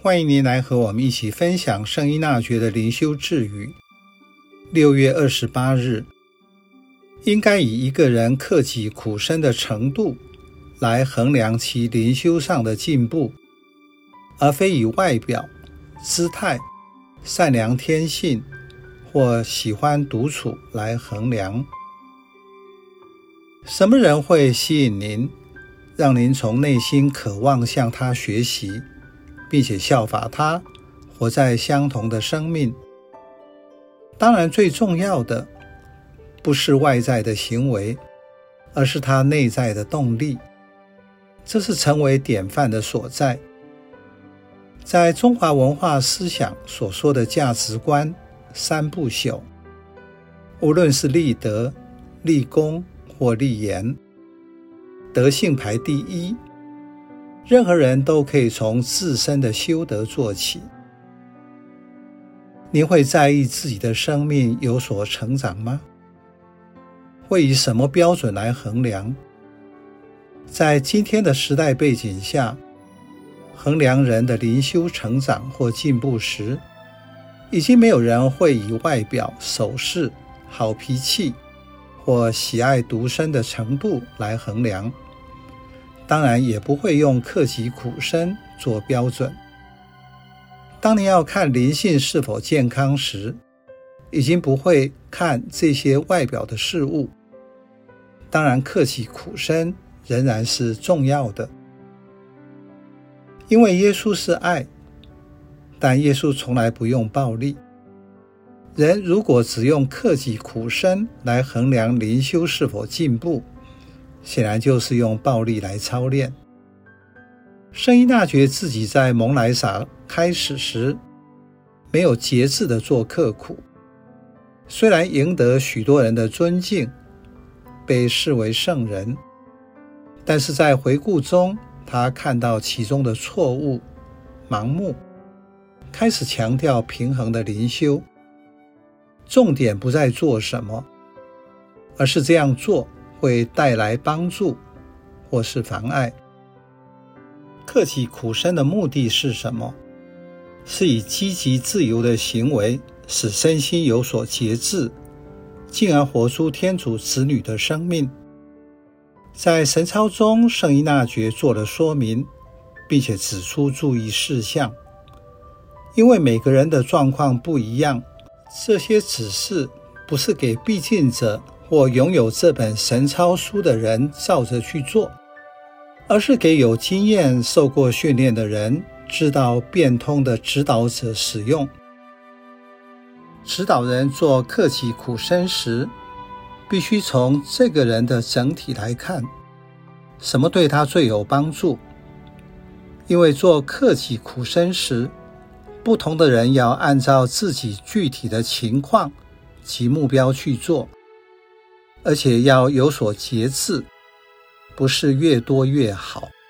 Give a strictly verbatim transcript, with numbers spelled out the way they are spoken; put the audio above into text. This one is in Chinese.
欢迎您来和我们一起分享圣依纳爵的灵修智语。六月二十八日，应该以一个人克己苦身的程度来衡量其灵修上的进步，而非以外表、姿态、善良天性或喜欢独处来衡量。什么人会吸引您，让您从内心渴望向他学习，并且效法他，活在相同的生命？当然，最重要的不是外在的行为，而是他内在的动力。这是成为典范的所在。在中华文化思想所说的价值观三不朽，无论是立德、立功或立言，德性排第一。任何人都可以从自身的修德做起。您会在意自己的生命有所成长吗？会以什么标准来衡量？在今天的时代背景下，衡量人的灵修成长或进步时，已经没有人会以外表、手势、好脾气或喜爱独身的程度来衡量。当然也不会用克己苦身做标准。当你要看灵性是否健康时，已经不会看这些外表的事物。当然，克己苦身仍然是重要的，因为耶稣是爱，但耶稣从来不用暴力。人如果只用克己苦身来衡量灵修是否进步，显然就是用暴力来操练。圣依纳爵自己在蒙莱撒开始时，没有节制地做刻苦，虽然赢得许多人的尊敬，被视为圣人，但是在回顾中，他看到其中的错误、盲目，开始强调平衡的灵修。重点不在做什么，而是这样做会带来帮助或是妨碍。克己苦身的目的是什么？是以积极自由的行为使身心有所节制，进而活出天主子女的生命。在神操中，圣依纳爵做了说明，并且指出注意事项。因为每个人的状况不一样，这些指示不是给必进者或拥有这本神操书的人照着去做，而是给有经验、受过训练的人，知道变通的指导者使用。指导人做克己苦身时，必须从这个人的整体来看，什么对他最有帮助。因为做克己苦身时，不同的人要按照自己具体的情况及目标去做，而且要有所节制，不是越多越好。